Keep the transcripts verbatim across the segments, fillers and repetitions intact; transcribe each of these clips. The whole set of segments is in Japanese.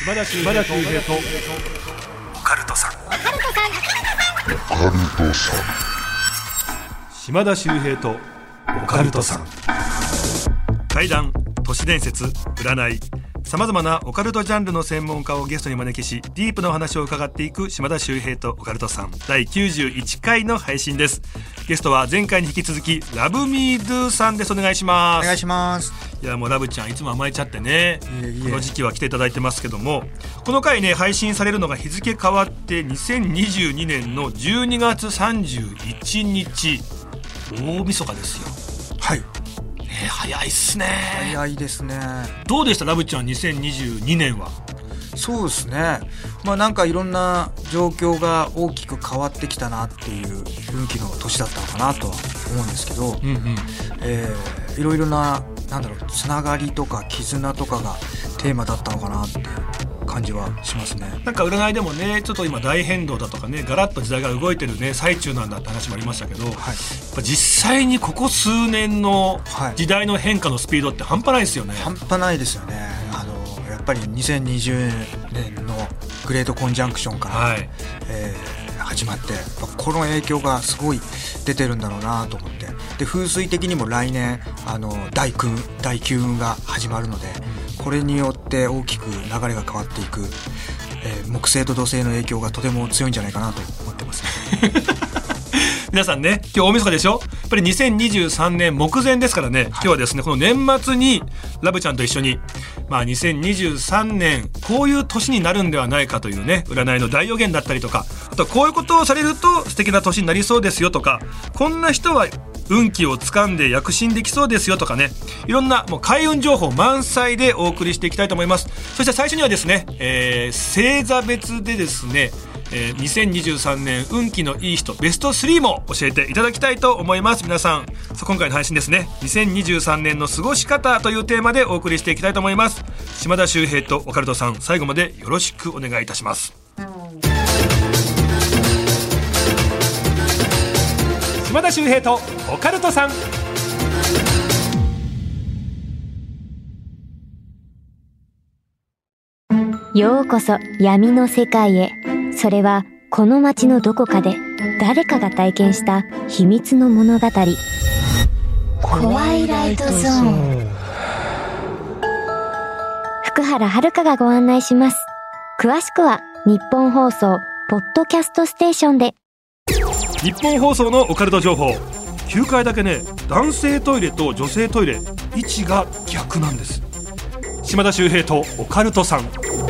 島田秀平とオカルトさん島田秀平とオカルトさん。怪談、都市伝説、占い、さまざまなオカルトジャンルの専門家をゲストに招きし、ディープなお話を伺っていく島田秀平とオカルトさんだいきゅうじゅういっかいの配信です。ゲストは前回に引き続きラブミードゥさんです。お願いします。 お願いします。 いやもうラブちゃんいつも甘えちゃってね、 いえいえ、 この時期は来ていただいてますけども、この回ね配信されるのが日付変わってにせんにじゅうにねんのじゅうにがつさんじゅういちにち、大晦日ですよ。 はい、 ね、早いっすね。 早いですね。 どうでしたラブちゃんにせんにじゅうにねんは。 そうですね、まあなんかいろんな状況が大きく変わってきたなっていう運気の年だったのかなとは思うんですけど、 うんうん、 えー、いろいろななんだろうつながりとか絆とかがテーマだったのかなっていう感じはしますね。 なんか占いでもね、ちょっと今大変動だとかね、ガラッと時代が動いてるね最中なんだって話もありましたけど、はい、やっぱ実際にここ数年の時代の変化のスピードって半端ないですよね。 半端ないですよね。あのやっぱりにせんにじゅうねんのグレートコンジャンクションから、はい、えー、始まって、この影響がすごい出てるんだろうなと思って、で風水的にも来年あの大空大急運が始まるので、これによって大きく流れが変わっていく、えー、木星と土星の影響がとても強いんじゃないかなと思ってますね。 皆さんね、今日大晦日でしょ。やっぱりにせんにじゅうさんねん目前ですからね、はい、今日はですねこの年末にラブちゃんと一緒に、まあ、にせんにじゅうさんねんこういう年になるんではないかというね占いの大予言だったりとか、あとはこういうことをされると素敵な年になりそうですよとか、こんな人は運気をつかんで躍進できそうですよとかね、いろんなもう開運情報満載でお送りしていきたいと思います。そして最初にはですね、えー、星座別でですね、えー、にせんにじゅうさんねん運気のいい人ベストスリーも教えていただきたいと思います。皆さん今回の配信ですね、にせんにじゅうさんねんの過ごし方というテーマでお送りしていきたいと思います。島田秀平とオカルトさん、最後までよろしくお願いいたします。島田秀平とオカルトさん。 ようこそ闇の世界へ。それはこの街のどこかで誰かが体験した秘密の物語。コワイライトゾーン。福原遥がご案内します。詳しくは日本放送ポッドキャストステーションで。 日本放送のオカルト情報、きゅうかいだけね男性トイレと女性トイレ位置が逆なんです。島田秀平とオカルトさん。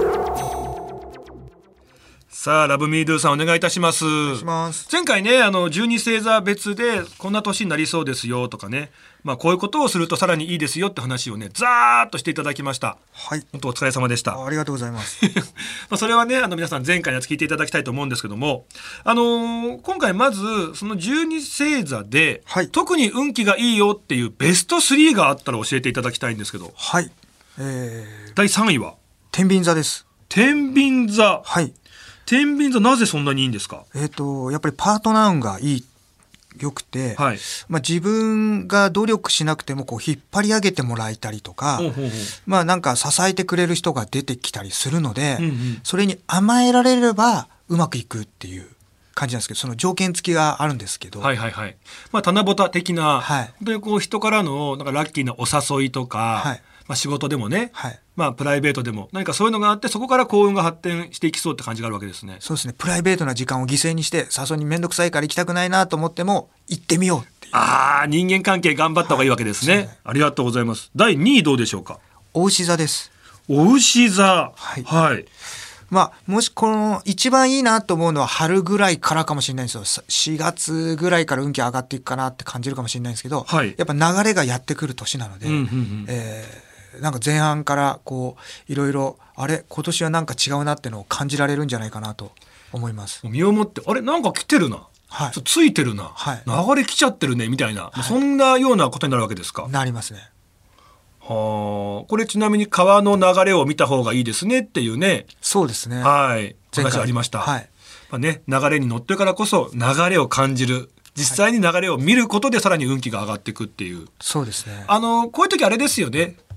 さあラブミードゥさんお願いいたします。お願いします。前回ねあのじゅうに星座別でこんな年になりそうですよとかね、まあ、こういうことをするとさらにいいですよって話をねざーっとしていただきました。 はい、 本当お疲れ様でした。 あ, ありがとうございます。 まあそれはねあの皆さん前回のやつ聞いていただきたいと思うんですけども、あのー、今回まずそのじゅうに星座で、はい、特に運気がいいよっていうベストスリーがあったら教えていただきたいんですけど。 はい、えー、 だいさんいは天秤座です。 天秤座。はい、天秤座なぜそんなにいいんですか。 えーと、やっぱりパートナー運がいいよくて、はい、まあ、自分が努力しなくてもこう引っ張り上げてもらえたりとか、ほうほうほう、まあ、なんか支えてくれる人が出てきたりするので、うんうん、それに甘えられればうまくいくっていう感じなんですけど、その条件付きがあるんですけど、 はいはいはい、まあ、棚ぼた的な、はい、本当にこう人からのなんかラッキーなお誘いとか、はい、まあ、仕事でもね、はい、まあ、プライベートでも何かそういうのがあって、そこから幸運が発展していきそうって感じがあるわけですね。 そうですね。プライベートな時間を犠牲にして誘いに面倒くさいから行きたくないなと思っても行ってみようっていう。 ああ、人間関係頑張った方がいいわけですね。はい、ありがとうございます。だいにいどうでしょうか。 お牛座です。 お牛座。はい、はい、 まあ、もしこの一番いいなと思うのは春ぐらいからかもしれないんですよ。しがつぐらいから運気上がっていくかなって感じるかもしれないんですけど、はい、やっぱ流れがやってくる年なので、うんうんうん、えーなんか前半からこういろいろあれ今年はなんか違うなってのを感じられるんじゃないかなと思います。 身をもってあれなんか来てるな、はい、ついてるな、はい、流れ来ちゃってるねみたいな、はい、そんなようなことになるわけですか。 なりますね。 はあ、これちなみに川の流れを見た方がいいですねっていうね。 そうですね。 はい、話ありました。はい、まあね、流れに乗ってるからこそ流れを感じる。実際に流れを見ることでさらに運気が上がっていくっていう。 そうですね。 あのこういう時あれですよね、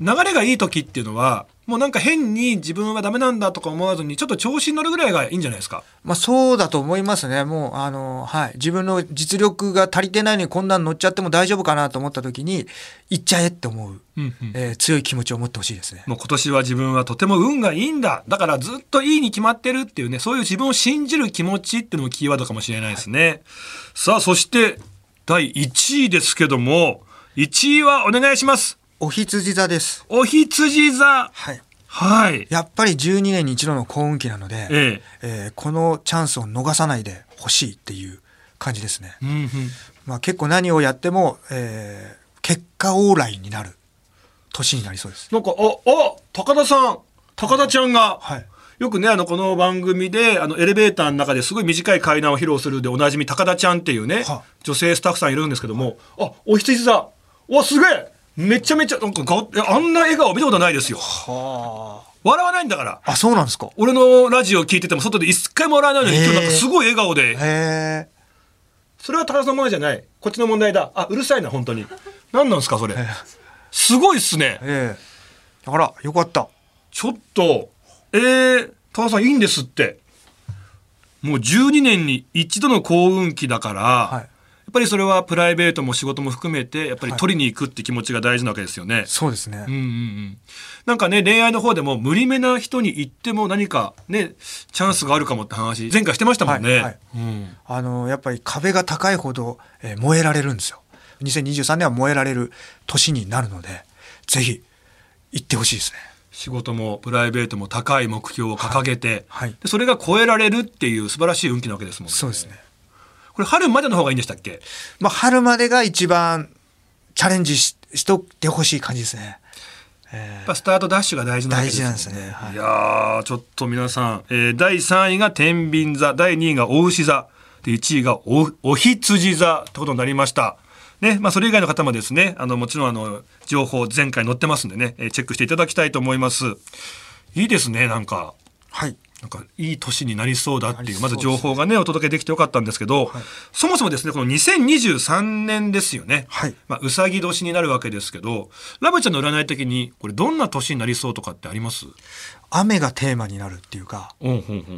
流れがいい時っていうのはもうなんか変に自分はダメなんだとか思わずにちょっと調子に乗るぐらいがいいんじゃないですか。 まあそうだと思いますね。もうあの、はい、自分の実力が足りてないのにこんなん乗っちゃっても大丈夫かなと思った時に行っちゃえって思う、うんうん、えー、強い気持ちを持ってほしいですね。 もう今年は自分はとても運がいいんだ、だからずっといいに決まってるっていうね、そういう自分を信じる気持ちっていうのもキーワードかもしれないですね、はい、さあそしてだいいちいですけども、いちいはお願いします。 お羊座です。 お羊座、 はいはい、 やっぱりじゅうにねんに一度の幸運期なので、えええー、このチャンスを逃さないでほしいっていう感じですね、うんうん、まあ、結構何をやっても、えー、結果オーライになる年になりそうです。 なんかああ高田さん高田ちゃんが、はい、よくねあのこの番組であのエレベーターの中ですごい短い階段を披露するでおなじみ高田ちゃんっていうね、は女性スタッフさんいるんですけども、はい、あお羊座、わすげえめちゃめちゃなんかがあんな笑顔見たことないですよ。はあ、笑わないんだから。 あ、そうなんですか。 俺のラジオ聞いてても外で一回も笑わないのに今日なんかすごい笑顔で。へそれは高田さんの問題じゃない、こっちの問題だ。あ、うるさいな本当に。何なんですかそれ。すごいっすね。 えー、あらよかった。 ちょっとえー、高田さんいいんですって。もうじゅうにねんに一度の幸運期だから、はい、やっぱりそれはプライベートも仕事も含めてやっぱり取りに行くって気持ちが大事なわけですよね、はい、 そうですね、 うんうんうん、なんかね恋愛の方でも無理めな人に行っても何かねチャンスがあるかもって話前回してましたもんね、はいはい、 うん、あのやっぱり壁が高いほど、えー、燃えられるんですよ。にせんにじゅうさんねんは燃えられる年になるのでぜひ行ってほしいですね。 仕事もプライベートも高い目標を掲げて、はいはい、でそれが超えられるっていう素晴らしい運気なわけですもんね。 そうですね。 これ春までの方がいいんでしたっけ。 まあ、春までが一番チャレンジ し, しとってほしい感じですね、 えー、やっぱスタートダッシュが大事なわけですね。 大事なんですね、はい、 いやちょっと皆さん、えー、だいさんいが天秤座、だいにいがお牛座でいちいが お, お羊座ってことになりましたね。まあ、それ以外の方もですねあのもちろんあの情報前回載ってますんでね、えー、チェックしていただきたいと思います。いいですねなんか、はい、なんかいい年になりそうだっていうまず情報がねお届けできてよかったんですけど、はい、そもそもですねこのにせんにじゅうさんねんですよね、はい、まあ、うさぎ年になるわけですけどラブちゃんの占い的にこれどんな年になりそうとかってあります？ 雨がテーマになるっていうか、うんうんうん、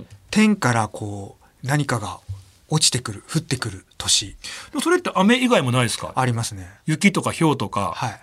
天からこう何かが落ちてくる降ってくる年。でもそれって雨以外もないですか？ ありますね。 雪とか氷とか、はい、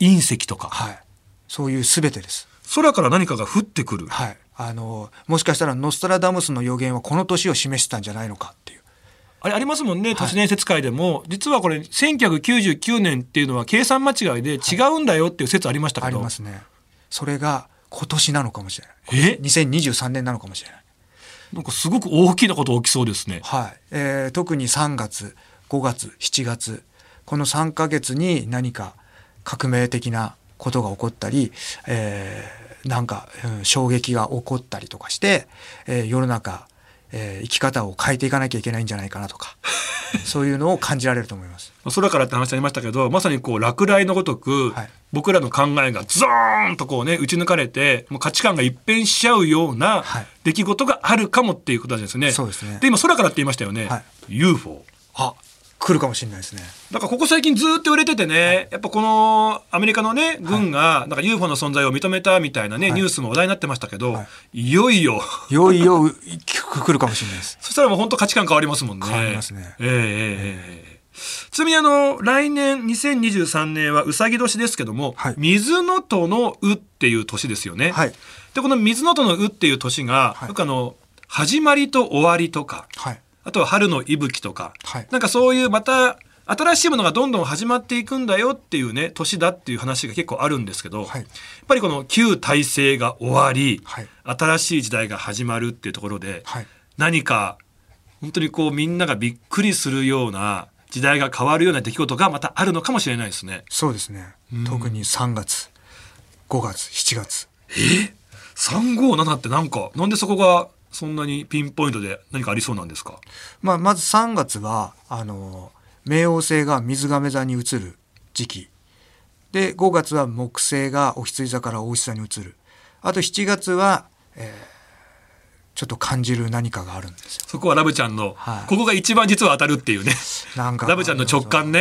隕石とか、 はい、そういう全てです。 空から何かが降ってくる、 はい、あのもしかしたらノストラダムスの予言はこの年を示したんじゃないのかっていうあれありますもんね。都市伝説界でも、はい、実はこれせんきゅうひゃくきゅうじゅうきゅうねんっていうのは計算間違いで違うんだよっていう説ありましたけど、 はい、ありますね。それが今年なのかもしれない。えにせんにじゅうさんねんなのかもしれない。 なんかすごく大きなこと起きそうですね、 はい、えー、特にさんがつごがつしちがつこのさんかげつに何か革命的なことが起こったり、えー、なんか、うん、衝撃が起こったりとかして、えー、世の中、えー、生き方を変えていかなきゃいけないんじゃないかなとかそういうのを感じられると思います。 空からって話ありましたけどまさにこう落雷のごとく、はい、僕らの考えがゾーンとこうね打ち抜かれてもう価値観が一変しちゃうような出来事があるかもっていうことなんですね、はい、 そうですね。 で今空からって言いましたよね、はい、ユーフォー。 あ来るかもしれないですね。 だからここ最近ずっと売れててね、はい、やっぱこのアメリカのね軍がなんか ユーフォー の存在を認めたみたいなね、はい、ニュースも話題になってましたけど、はい、いよいよいよいよ来るかもしれないです。 そしたらもう本当価値観変わりますもんね。 変わりますね、 えーえーえーちなみにあの来年にせんにじゅうさんねんはうさぎ年ですけども、はい、水の戸のうっていう年ですよね、はい、でこの水の戸のうっていう年が、はい、よくあの始まりと終わりとか、はい、あとは春の息吹とか、はい、なんかそういうまた新しいものがどんどん始まっていくんだよっていうね年だっていう話が結構あるんですけど、はい、やっぱりこの旧体制が終わり、はい、新しい時代が始まるっていうところで、はい、何か本当にこうみんながびっくりするような時代が変わるような出来事がまたあるのかもしれないですね。 そうですね、うん、特にさんがつごがつしちがつえさんごななってなんかなんでそこがそんなにピンポイントで何かありそうなんですか？ まあ、まずさんがつはあの冥王星が水亀座に移る時期でごがつは木星がお羊座からお牛座に移る。あとしちがつは、えーちょっと感じる何かがあるんですよ。 そこはラブちゃんの、はい、ここが一番実は当たるっていうねなんかラブちゃんの直感ね、は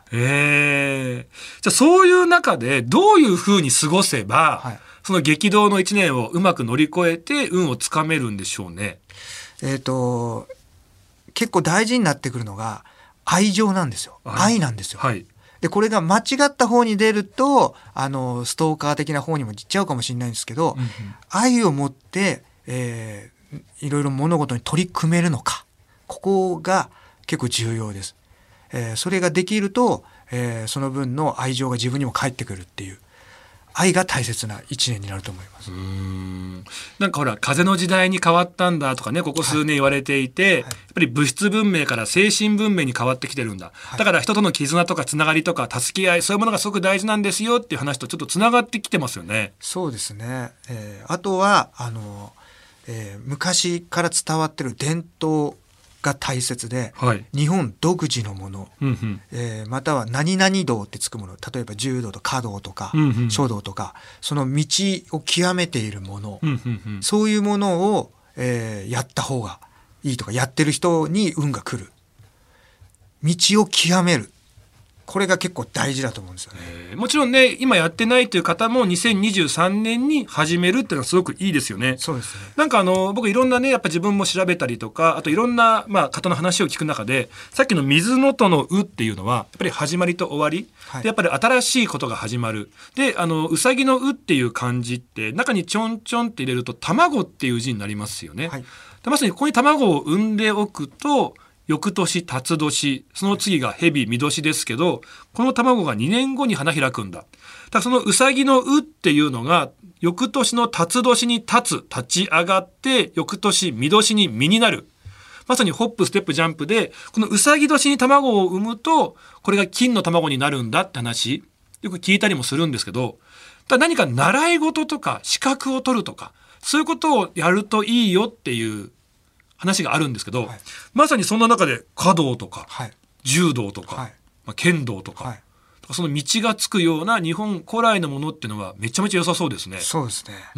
えー、じゃあそういう中でどういうふうに過ごせば、はい、その激動のいちねんをうまく乗り越えて運をつかめるんでしょうね。 えーと、結構大事になってくるのが愛情なんですよ。愛なんですよ。はい、でこれが間違った方に出るとあのストーカー的な方にも行っちゃうかもしれないんですけど、うんうん、愛を持って、えー、いろいろ物事に取り組めるのか、ここが結構重要です。えー、それができると、えー、その分の愛情が自分にも返ってくるっていう愛が大切ないちねんになると思います。 うーん、なんかほら風の時代に変わったんだとかね、ここ数年言われていて、はいはい、やっぱり物質文明から精神文明に変わってきてるんだ、はい、だから人との絆とかつながりとか助け合い、そういうものがすごく大事なんですよっていう話とちょっとつながってきてますよね。 そうですね、えー、あとはあの、えー、昔から伝わってる伝統が大切で、はい、日本独自のもの、うんうん、えー、または何々道ってつくもの、例えば柔道と華道とか、うんうん、書道とか、その道を極めているもの、うんうんうん、そういうものを、えー、やった方がいいとか、やってる人に運が来る、道を極める、これが結構大事だと思うんですよね。 えー、もちろんね、今やってないという方もにせんにじゅうさんねんに始めるっていうのはすごくいいですよね。 そうですね。 なんかあの僕いろんなね、やっぱ自分も調べたりとか、あといろんな、まあ、方の話を聞く中で、さっきの水のとのうっていうのはやっぱり始まりと終わり、はい、でやっぱり新しいことが始まる。で、あのうさぎのうっていう漢字って中にちょんちょんって入れると卵っていう字になりますよね。はい、でまさにここに卵を産んでおくと、翌年辰年、その次が蛇見年ですけど、この卵がにねんごに花開くんだ。だからそのうさぎのうっていうのが翌年の辰年に立つ、立ち上がって、翌年見年に実になる。まさにホップステップジャンプで、このうさぎ年に卵を産むとこれが金の卵になるんだって話よく聞いたりもするんですけど、ただ何か習い事とか資格を取るとかそういうことをやるといいよっていう話があるんですけど、はい、まさにそんな中で華道とか、はい、柔道とか、はい、まあ、剣道とか、はい、その道がつくような日本古来のものっていうのはめちゃめちゃ良さそうですね。 そうですね。うん、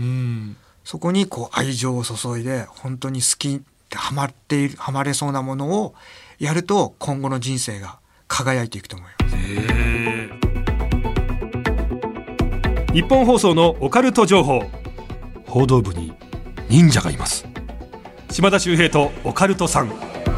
そこにこう愛情を注いで本当に好きってハマっているハマれそうなものをやると今後の人生が輝いていくと思います。へー。日本放送のオカルト情報、報道部に忍者がいます。島田秀平とオカルトさん。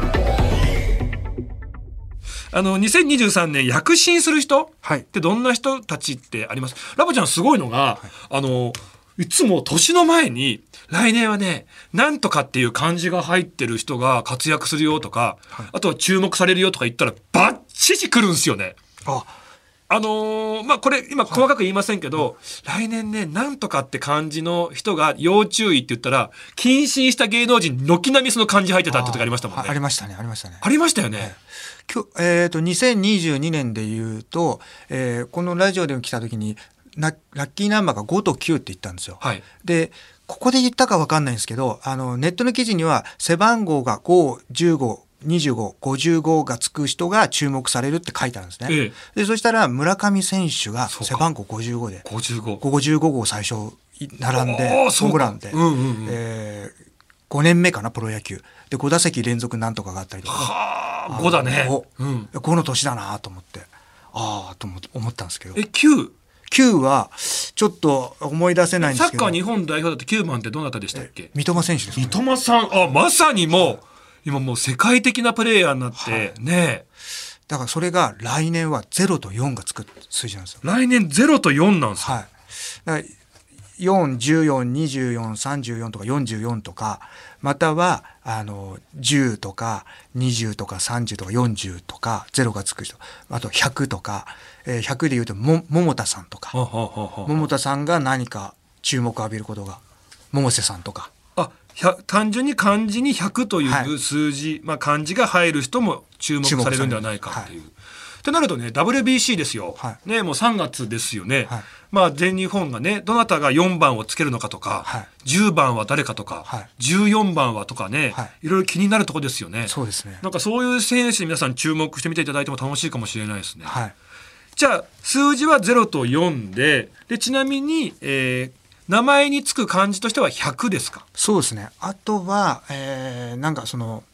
あのにせんにじゅうさんねん躍進する人ってどんな人たちってあります？ラボちゃんすごいのが、はい、あのいつも年の前に来年はねなんとかっていう漢字が入ってる人が活躍するよとか、はい、あとは注目されるよとか言ったらバッチリ来るんですよね。ああのー、まあこれ今細かく言いませんけど、はい、来年ねなんとかって漢字の人が要注意って言ったら謹慎した芸能人軒並みその漢字入ってたって時ありましたもんね。 あ, ありましたねありましたねありましたよね、はい、 今日、えー、とにせんにじゅうにねんでいうと、えー、このラジオでも来た時にラッキーナンバーがごときゅうって言ったんですよ、はい、でここで言ったか分かんないんですけど、あのネットの記事には背番号がご、じゅうご、にじゅうご、ごじゅうごがつく人が注目されるって書いてあるんですね、ええ、でそしたら村上選手が背番号ごじゅうごでごじゅうご、 ごじゅうご号最初並んでホームランで、うんうんうん、えー、ごねんめかなプロ野球でご打席連続なんとかがあったりとか、 はあ、ごだね、 うん、ごの年だなと思ってああと思ったんですけど、 えきゅうきゅうはちょっと思い出せないんですけど、 サッカー日本代表だときゅうばんってどなたでしたっけ？ 三笘選手ですね。 三笘さん、あ、まさにもう今もう世界的なプレーヤーになって、はい、ね。 だからそれが来年はゼロとよんがつく数字なんですよ。 来年ゼロとよんなんですか？ はい。だからよん、じゅうよん、にじゅうよん、さんじゅうよんとかよんじゅうよんとか、またはあのじゅうとかにじゅうとかさんじゅうとかよんじゅうとかゼロがつく人、あとひゃくとか、えー、ひゃくでいうとも桃田さんとか、はははは桃田さんが何か注目を浴びることが、百瀬さんとか、 あ、単純に漢字にひゃくという数字、はい、まあ、漢字が入る人も注目されるんではないかっていう。ってなるとね ダブリュービーシー ですよ、はい、ね、もうさんがつですよね、はい、まあ、全日本がねどなたがよんばんをつけるのかとか、はい、じゅうばんは誰かとか、はい、じゅうよんばんはとかね、はい、いろいろ気になるところですよね。 そうですね。 なんかそういう選手に皆さん注目してみていただいても楽しいかもしれないですね、 はい、 じゃあ数字はゼロとよん で, でちなみに、えー、名前につく漢字としてはひゃくですか？ そうですね。あとは、えー、なんかその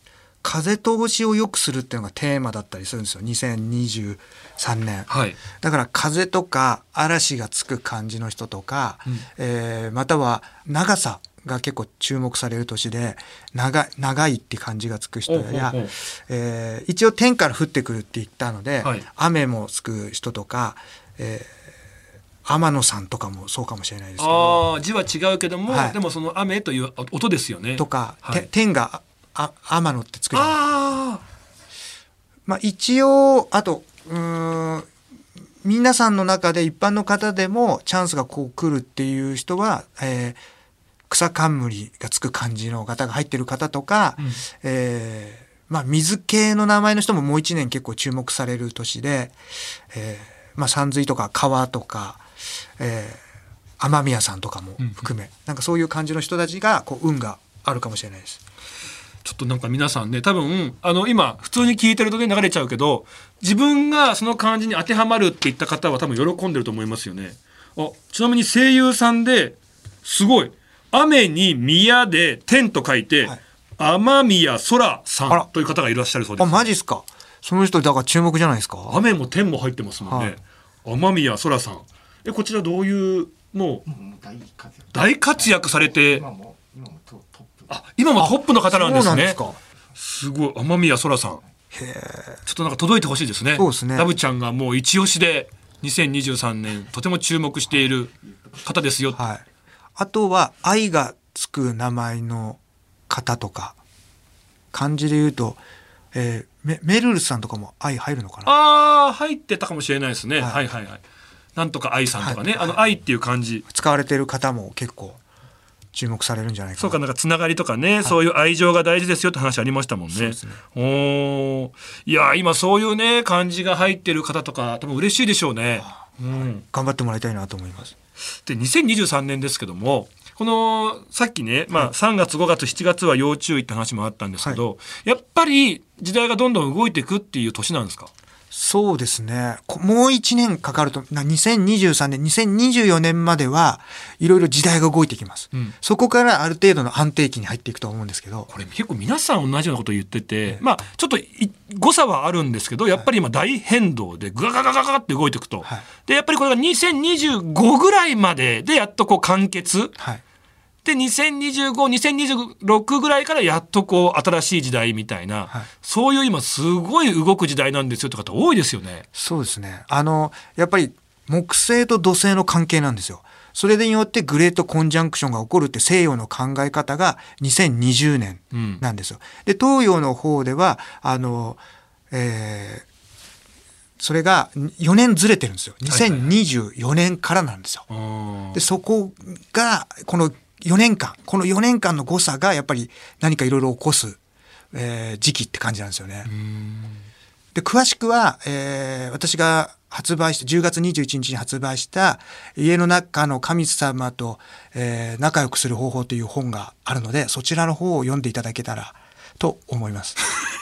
風通しを良くするっていうのがテーマだったりするんですよにせんにじゅうさんねん、 はい、 だから風とか嵐がつく感じの人とか、うん、えー、または長さが結構注目される年で 長, 長いって感じがつく人や、おうおうおう、えー、一応天から降ってくるって言ったので、はい、雨もつく人とか、えー、天野さんとかもそうかもしれないですけど、 あ字は違うけども、はい、でもその雨という音ですよねとか、はい、天があ天野ってつくじゃないですか。あ、まあ、一応あとうーん皆さんの中で一般の方でもチャンスがこう来るっていう人は、えー、草冠がつく漢字の方が入ってる方とか、うん、えーまあ、水系の名前の人ももう一年結構注目される年で、えーまあ、山水とか川とか、えー、雨宮さんとかも含め、うん、なんかそういう感じの人たちがこう運があるかもしれないです。 ちょっとなんか皆さんね、多分あの今普通に聞いてるとね流れちゃうけど、自分がその漢字に当てはまるって言った方は多分喜んでると思いますよね。あ、ちなみに声優さんですごい雨に宮で天と書いて、はい、雨宮空さんという方がいらっしゃるそうです。 あ、マジっすか。その人だから注目じゃないですか。 雨も天も入ってますもんね、はい、雨宮空さん。え、こちらどういうもう大活躍されて、今も今もトップ、あ、今もトップの方なんですね。そうなんですか。すごい。雨宮空さん、へえ、ちょっとなんか届いてほしいですね。 そうですね。 ラブちゃんがもう一押しでにせんにじゅうさんねんとても注目している方ですよ、 はい、あとは愛がつく名前の方とか漢字で言うと、えー、メ, メルルさんとかも愛入るのかな。 あー、入ってたかもしれないですね、はい、はいはいはい。なんとか愛さんとかね、はい、あの愛っていう漢字使われている方も結構注目されるんじゃないかな。 そうか、なんかつながりとかね、はい、そういう愛情が大事ですよって話ありましたもんね。そうですね。お、いや今そういうね漢字が入ってる方とか多分嬉しいでしょうね、 うん、頑張ってもらいたいなと思います。 でにせんにじゅうさんねんですけども、このさっきね、まあ、さんがつごがつしちがつは要注意って話もあったんですけど、はい、やっぱり時代がどんどん動いていくっていう年なんですか。 そうですね。もういちねんかかると、にせんにじゅうさんねん、にせんにじゅうよねんまではいろいろ時代が動いてきます、うん、そこからある程度の安定期に入っていくと思うんですけど、 これ結構皆さん同じようなことを言ってて、ええ、まあちょっと誤差はあるんですけど、やっぱり今大変動でガガガガガって動いていくと、はい、でやっぱりこれがにせんにじゅうごぐらいまででやっとこう完結、はい、でにせんにじゅうご、にせんにじゅうろくぐらいからやっとこう新しい時代みたいな、はい、そういう今すごい動く時代なんですよって方多いですよね。 そうですね。あのやっぱり木星と土星の関係なんですよ。それによってグレートコンジャンクションが起こるって西洋の考え方がにせんにじゅうねんなんですよ、うん、で東洋の方ではあの、えー、それがよねんずれてるんですよ。にせんにじゅうよねんからなんですよ、はいはい、でそこがこのよねんかんこのよねんかんの誤差がやっぱり何かいろいろ起こす、えー、時期って感じなんですよね。で詳しくは、えー、私が発売してじゅうがつにじゅういちにちに発売した家の中の神様と、えー、仲良くする方法という本があるので、そちらの方を読んでいただけたらと思います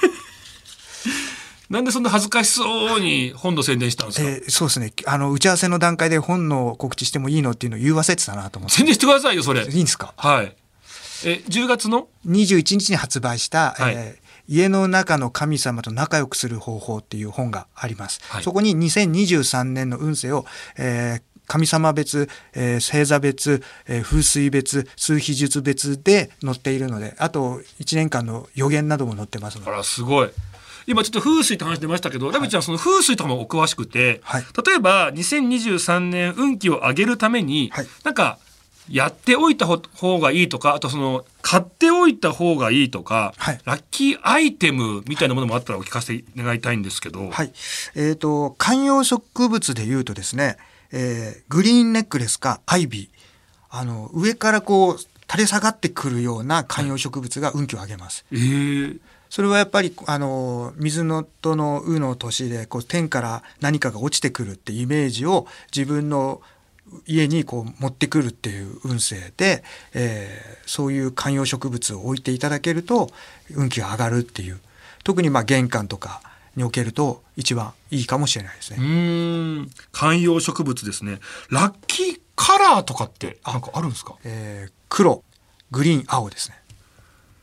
なんでそんな恥ずかしそうに本の宣伝したんですか。 えー、そうですね。あの打ち合わせの段階で本の告知してもいいのっていうのを言い忘れてたなと思って。 宣伝してくださいよそれ。いいんですか。 はい。えじゅうがつのにじゅういちにちに発売した、はい、えー、家の中の神様と仲良くする方法っていう本があります、はい、そこににせんにじゅうさんねんの運勢を、えー、神様別、えー、星座別、えー、風水別、数秘術別で載っているので、あといちねんかんの予言なども載ってますので。 あらすごい。今ちょっと風水って話出ましたけど、ラビちゃんその風水とかもお詳しくて、はい、例えばにせんにじゅうさんねん運気を上げるために、はい、なんかやっておいた方がいいとか、あとその買っておいた方がいいとか、はい、ラッキーアイテムみたいなものもあったらお聞かせ願いたいんですけど。 はい、えーと、観葉植物でいうとですね、えー、グリーンネックレスかアイビー、あの上からこう垂れ下がってくるような観葉植物が運気を上げます、 はい、えーそれはやっぱりあの水のとのうの年でこう天から何かが落ちてくるっていうイメージを自分の家にこう持ってくるっていう運勢で、えー、そういう観葉植物を置いていただけると運気が上がるっていう、特にまあ玄関とかに置けると一番いいかもしれないですね。 うーん、観葉植物ですね。ラッキーカラーとかってなんかあるんですか。 えー、黒、グリーン、青ですね。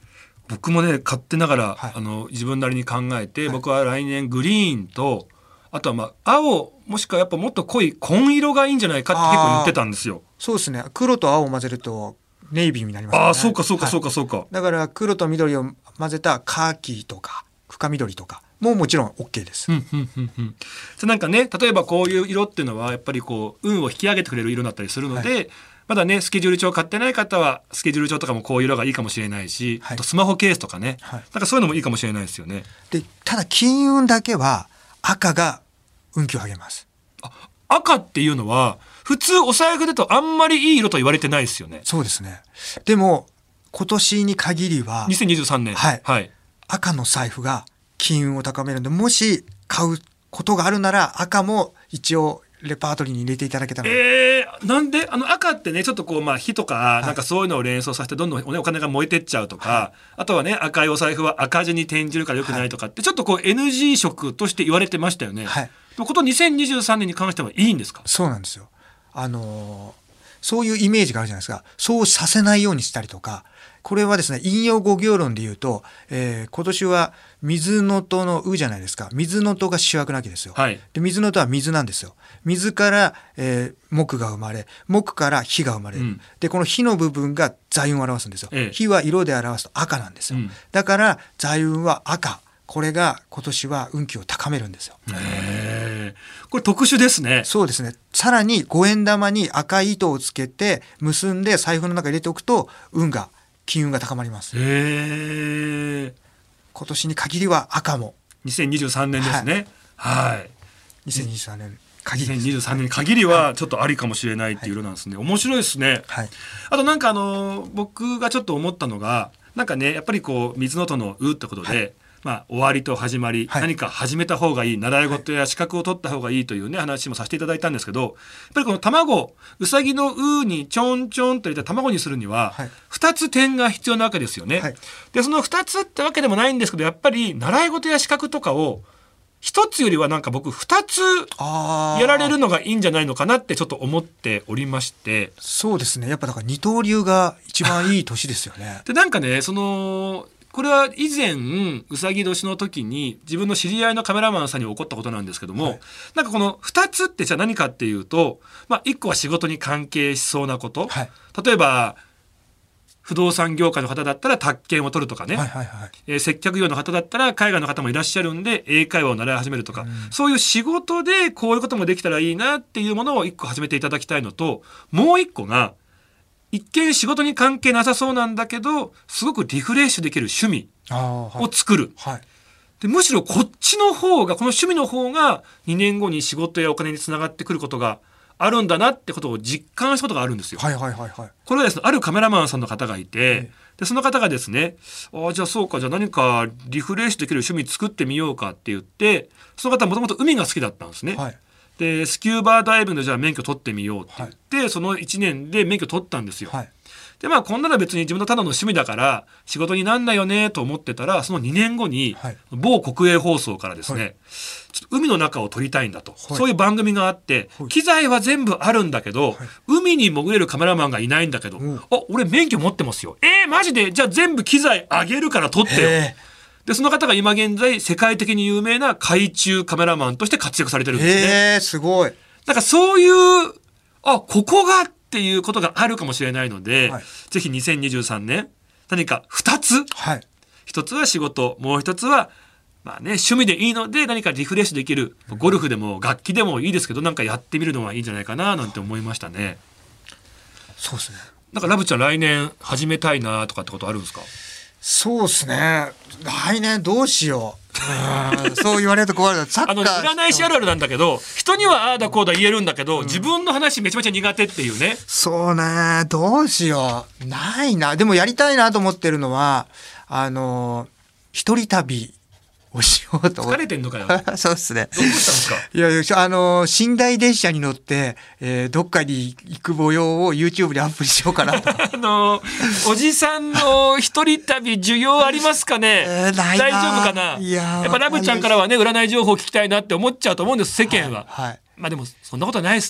僕もね勝手ながら、 はい、 あの自分なりに考えて、はい、僕は来年グリーンとあとはまあ青もしくはやっぱもっと濃い紺色がいいんじゃないかって結構言ってたんですよ。 そうですね。黒と青を混ぜるとネイビーになりますね。 ああそうかそうかそうかそうか、はい、 だから黒と緑を混ぜたカーキとか深緑とかももちろん OK です。 うんうんうんうん、それなんかね例えばこういう色っていうのはやっぱりこう運を引き上げてくれる色だったりするので、はい、まだねスケジュール帳買ってない方はスケジュール帳とかもこういう色がいいかもしれないし、はい、あとスマホケースとかね、はい、なんかそういうのもいいかもしれないですよね。 でただ金運だけは赤が運気を上げます。 あ赤っていうのは普通お財布だとあんまりいい色と言われてないですよね。 そうですね。でも今年に限りはにせんにじゅうさんねん、 はいはい、 赤の財布が金運を高めるので、もし買うことがあるなら赤も一応レパートリーに入れていただけたら。 えー、なんであの赤ってねちょっとこうまあ火とかなんかそういうのを連想させてどんどんお金が燃えてっちゃうとか、はい、あとはね赤いお財布は赤字に転じるから良くないとかってちょっとこう エヌジー 色として言われてましたよね。はい、ことにせんにじゅうさんねんに関してはいいんですか？ そうなんですよ。あのー、そういうイメージがあるじゃないですか。そうさせないようにしたりとか、これはですね引用語行論で言うと、えー、今年は水のとのうじゃないですか。水のとが主役なわけですよ。はい、で水のとは水なんですよ。水から、えー、木が生まれ、木から火が生まれる、うん、でこの火の部分が財運を表すんですよ。ええ、火は色で表すと赤なんですよ。うん、だから財運は赤、これが今年は運気を高めるんですよ。 へー、これ特殊ですね。 そうですね。さらにごえん玉に赤い糸をつけて結んで財布の中に入れておくと運が金運が高まります。 へー、 今年に限りは赤もにせんにじゅうさんねんですね。はい、はい、 にせんにじゅうさんねん限りにせんにじゅうさんねんに限りはちょっとありかもしれないっていう色なんですね。面白いですね。はい、あとなんかあの僕がちょっと思ったのがなんかねやっぱりこう水のとのうってことで、はい、まあ、終わりと始まり、はい、何か始めた方がいい、習い事や資格を取った方がいいというね話もさせていただいたんですけど、やっぱりこの卵うさぎのうにちょんちょんと入れた卵にするにはふたつ点が必要なわけですよね。はい、でそのふたつってわけでもないんですけど、やっぱり習い事や資格とかをひとつよりはなんか僕ふたつやられるのがいいんじゃないのかなってちょっと思っておりまして。 そうですね。やっぱだから二刀流が一番いい年ですよね。 でなんかねそのこれは以前うさぎ年の時に自分の知り合いのカメラマンさんに起こったことなんですけども、はい、なんかこのふたつってじゃあ何かっていうと、まあ、いっこは仕事に関係しそうなこと、はい、例えば不動産業界の方だったら宅建を取るとかね、はいはいはい、えー、接客業の方だったら海外の方もいらっしゃるんで英会話を習い始めるとか、うん、そういう仕事でこういうこともできたらいいなっていうものをいっこ始めていただきたいのと、もういっこが一見仕事に関係なさそうなんだけどすごくリフレッシュできる趣味を作る、はいはい、でむしろこっちの方がこの趣味の方がにねんごに仕事やお金につながってくることがあるんだなってことを実感したことがあるんですよ。はいはいはいはい、これはですねあるカメラマンさんの方がいて、でその方がですねあじゃあそうかじゃあ何かリフレッシュできる趣味作ってみようかって言って、その方はもともと海が好きだったんですね。はい、でスキューバーダイビングでじゃあ免許取ってみようって言って、はい、そのいちねんで免許取ったんですよ。はい、でまあこんなの別に自分のただの趣味だから仕事になんないよねと思ってたら、そのにねんごに某国営放送からですね、はい、ちょっと海の中を撮りたいんだと、はい、そういう番組があって、はい、機材は全部あるんだけど、はい、海に潜れるカメラマンがいないんだけど、うん、あ俺免許持ってますよ、えー、マジでじゃあ全部機材あげるから撮ってよ。でその方が今現在世界的に有名な海中カメラマンとして活躍されてるんですね。 へーすごい。 なんかそういうあここがっていうことがあるかもしれないので、はい、ぜひにせんにじゅうさんねん何かふたつ、はい、ひとつは仕事、もうひとつはまあね趣味でいいので何かリフレッシュできる、ゴルフでも楽器でもいいですけどなんかやってみるのがいいんじゃないかななんて思いましたね。 そうですね。 なんかラブちゃん来年始めたいなとかってことあるんですか？ そうですね。来年どうしよう。そう言われると怖いな。サッカーあの占い師あるあるなんだけど、人にはああだこうだ言えるんだけど、うん、自分の話めちゃめちゃ苦手っていうね。 そうね。どうしよう。ないな。でもやりたいなと思ってるのはあの一人旅をしようと思って。 疲れてんのかよ。 そうですね。 どうしたんですか？ いやいやあの寝台列車に乗って、えー、どっかに行く模様を YouTube でアップしようかなと。 あのおじさんの一人旅需要ありますかね？えー、ないな。大丈夫かな？いややっぱラブちゃんからはね占い情報聞きたいなって思っちゃうと思うんです世間は。はいはい、まあでもそんなことはないですね。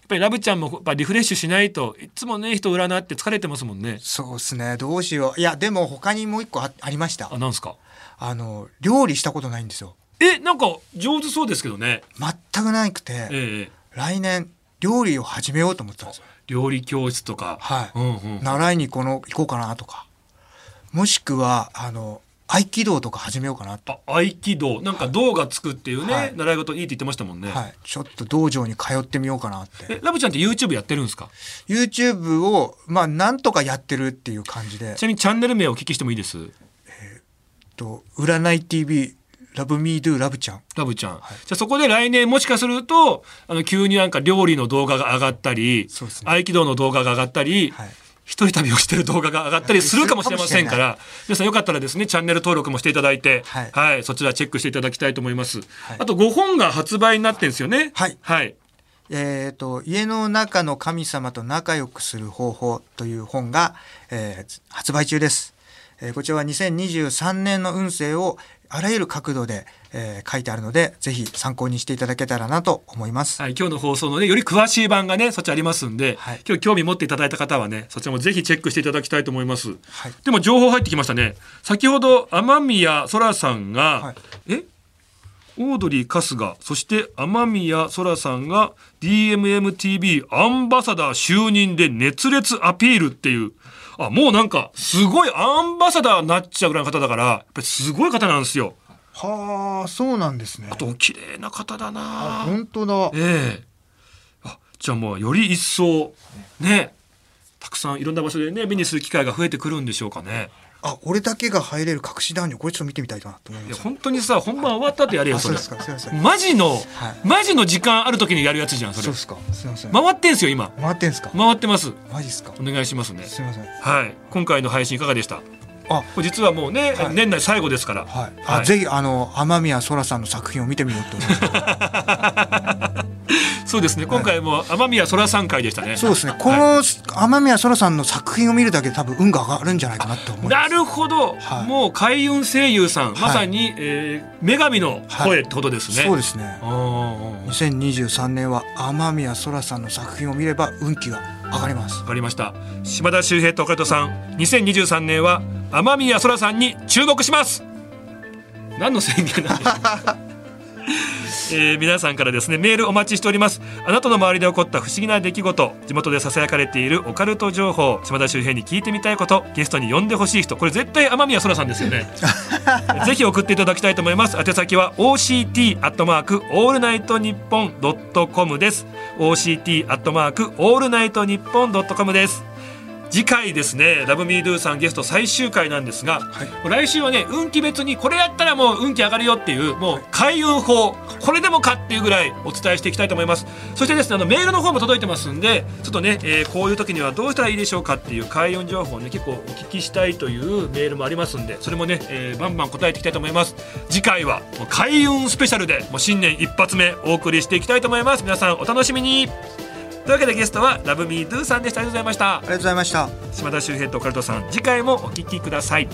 ぱりラブちゃんもやっぱリフレッシュしないといつもね人占って疲れてますもんね。 そうですね、どうしよう。いやでも他にもう一個 あ, ありました。 あ、なんすか？ あの料理したことないんですよ。 え、なんか上手そうですけどね。 全くなくて、 ええ、 来年料理を始めようと思ってたんですよ。 料理教室とか、 はい、 うんうん、 習いにこの行こうかなとか、もしくはあの合気道とか始めようかなと。 あ、合気道、なんか道がつくっていうね、はい、習い事いいって言ってましたもんね。 はい、ちょっと道場に通ってみようかなって。 え、ラブちゃんって YouTube やってるんですか？ YouTube をまあなんとかやってるっていう感じで。 ちなみにチャンネル名をお聞きしてもいいです？えー、っと占い ティービーラブミードゥラブちゃん。 ラブちゃん、 はい、 じゃあそこで来年もしかするとあの急になんか料理の動画が上がったり、そうですね、合気道の動画が上がったり、はい、一人旅をしてる動画が上がったりするかもしれませんから、皆さんよかったらですねチャンネル登録もしていただいて、はいはい、そちらチェックしていただきたいと思います。はい、あとごほんが発売になってるんですよね。 はい、はい、えー、と家の中の神様と仲良くする方法という本が、えー、発売中です。えー、こちらはにせんにじゅうさんねんの運勢をあらゆる角度で、えー、書いてあるのでぜひ参考にしていただけたらなと思います。 はい、今日の放送のねより詳しい版がねそっちありますんで、はい、今日興味持っていただいた方はねそちらもぜひチェックしていただきたいと思います。はい、でも情報入ってきましたね。先ほど雨宮そらさんが、はい、えオードリー春日そして雨宮そらさんが ディーエムエムティービー アンバサダー就任で熱烈アピールっていう、あ、もうなんかすごいアンバサダーになっちゃうぐらいの方だからやっぱりすごい方なんですよ。 はあ、そうなんですね。 あとお綺麗な方だな。 あ、本当だ。 ええ、あ、じゃあもうより一層ねたくさんいろんな場所でね目にする機会が増えてくるんでしょうかね。 あ、俺だけが入れる隠し男女、これちょっと見てみたいなと思います。 いや本当にさ本番終わった後やれよそれ。 そうですか、すいません。 マジの、はい、マジの時間ある時にやるやつじゃんそれ。 そうですか、すいません。 回ってんすよ今。 回ってんすか。 回ってます。 マジですか。 お願いしますね。 すいません。 はい、今回の配信いかがでした？ あ、 これ実はもうね、はい、年内最後ですから、 はい、あ、はい、ぜひあの雨宮そらさんの作品を見てみようと思いますそうですね、今回も雨宮そらさん回でしたね。 そうですね、この雨宮そらさんの作品を見るだけで多分運が上がるんじゃないかなと思います。 なるほど、はい、もう開運声優さん、はい、まさに、えー、女神の声ってことですね。 はい、そうですね。にせんにじゅうさんねんは雨宮そらさんの作品を見れば運気が上がります。 わかりました。島田秀平と岡戸さん、にせんにじゅうさんねんは雨宮そらさんに注目します。何の宣言なんでしょうえー、皆さんからですねメールお待ちしております。あなたの周りで起こった不思議な出来事、地元でささやかれているオカルト情報、島田秀平に聞いてみたいこと、ゲストに呼んでほしい人、これ絶対雨宮そらさんですよねぜひ送っていただきたいと思います。宛先は オーシーティー アットマーク オールナイトニッポン ドットコム です。 オーシーティー アットマーク オールナイトニッポン ドットコム です。次回ですねラブミードゥさんゲスト最終回なんですが、はい、来週はね運気別にこれやったらもう運気上がるよっていうもう開運法、これでもかっていうぐらいお伝えしていきたいと思います。そしてですねあのメールの方も届いてますんでちょっとね、えー、こういう時にはどうしたらいいでしょうかっていう開運情報をね結構お聞きしたいというメールもありますんでそれもね、えー、バンバン答えていきたいと思います。次回はもう開運スペシャルでもう新年一発目お送りしていきたいと思います。皆さんお楽しみに。というわけでゲストはラブミードゥさんでした。ありがとうございました。 ありがとうございました。 島田秀平とオカルトさん、次回もお聞きください。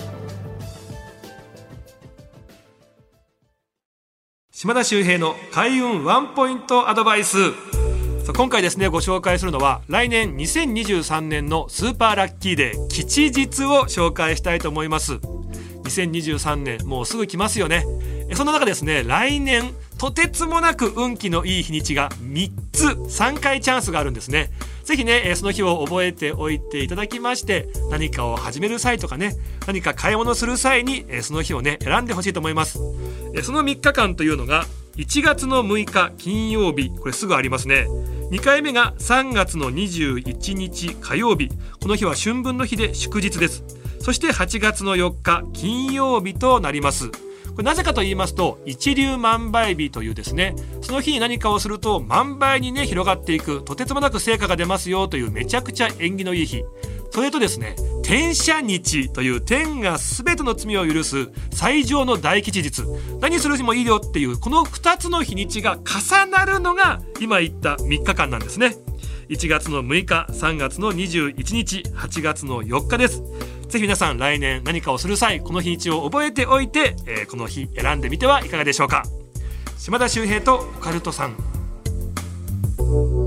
島田秀平の開運ワンポイントアドバイス。今回ですねご紹介するのは来年にせんにじゅうさんねんのスーパーラッキーデー吉日を紹介したいと思います。にせんにじゅうさんねんもうすぐ来ますよね。その中ですね来年とてつもなく運気のいい日にちがみっつさんかいチャンスがあるんですね。ぜひねその日を覚えておいていただきまして何かを始める際とかね何か買い物する際にその日をね選んでほしいと思います。そのみっかかんというのがいちがつのむいか金曜日、これすぐありますね。にかいめがさんがつのにじゅういちにち火曜日、この日は春分の日で祝日です。そしてはちがつのよっか金曜日となります。これなぜかと言いますと一粒万倍日というですねその日に何かをすると万倍にね広がっていくとてつもなく成果が出ますよというめちゃくちゃ縁起のいい日、それとですね天赦日という天が全ての罪を許す最上の大吉日、何する日もいいよっていうこのふたつの日にちが重なるのが今言ったみっかかんなんですね。いちがつのむいか、さんがつのにじゅういちにち、はちがつのよっかです。ぜひ皆さん来年何かをする際この日にちを覚えておいて、えー、この日選んでみてはいかがでしょうか。島田秀平とオカルトさん。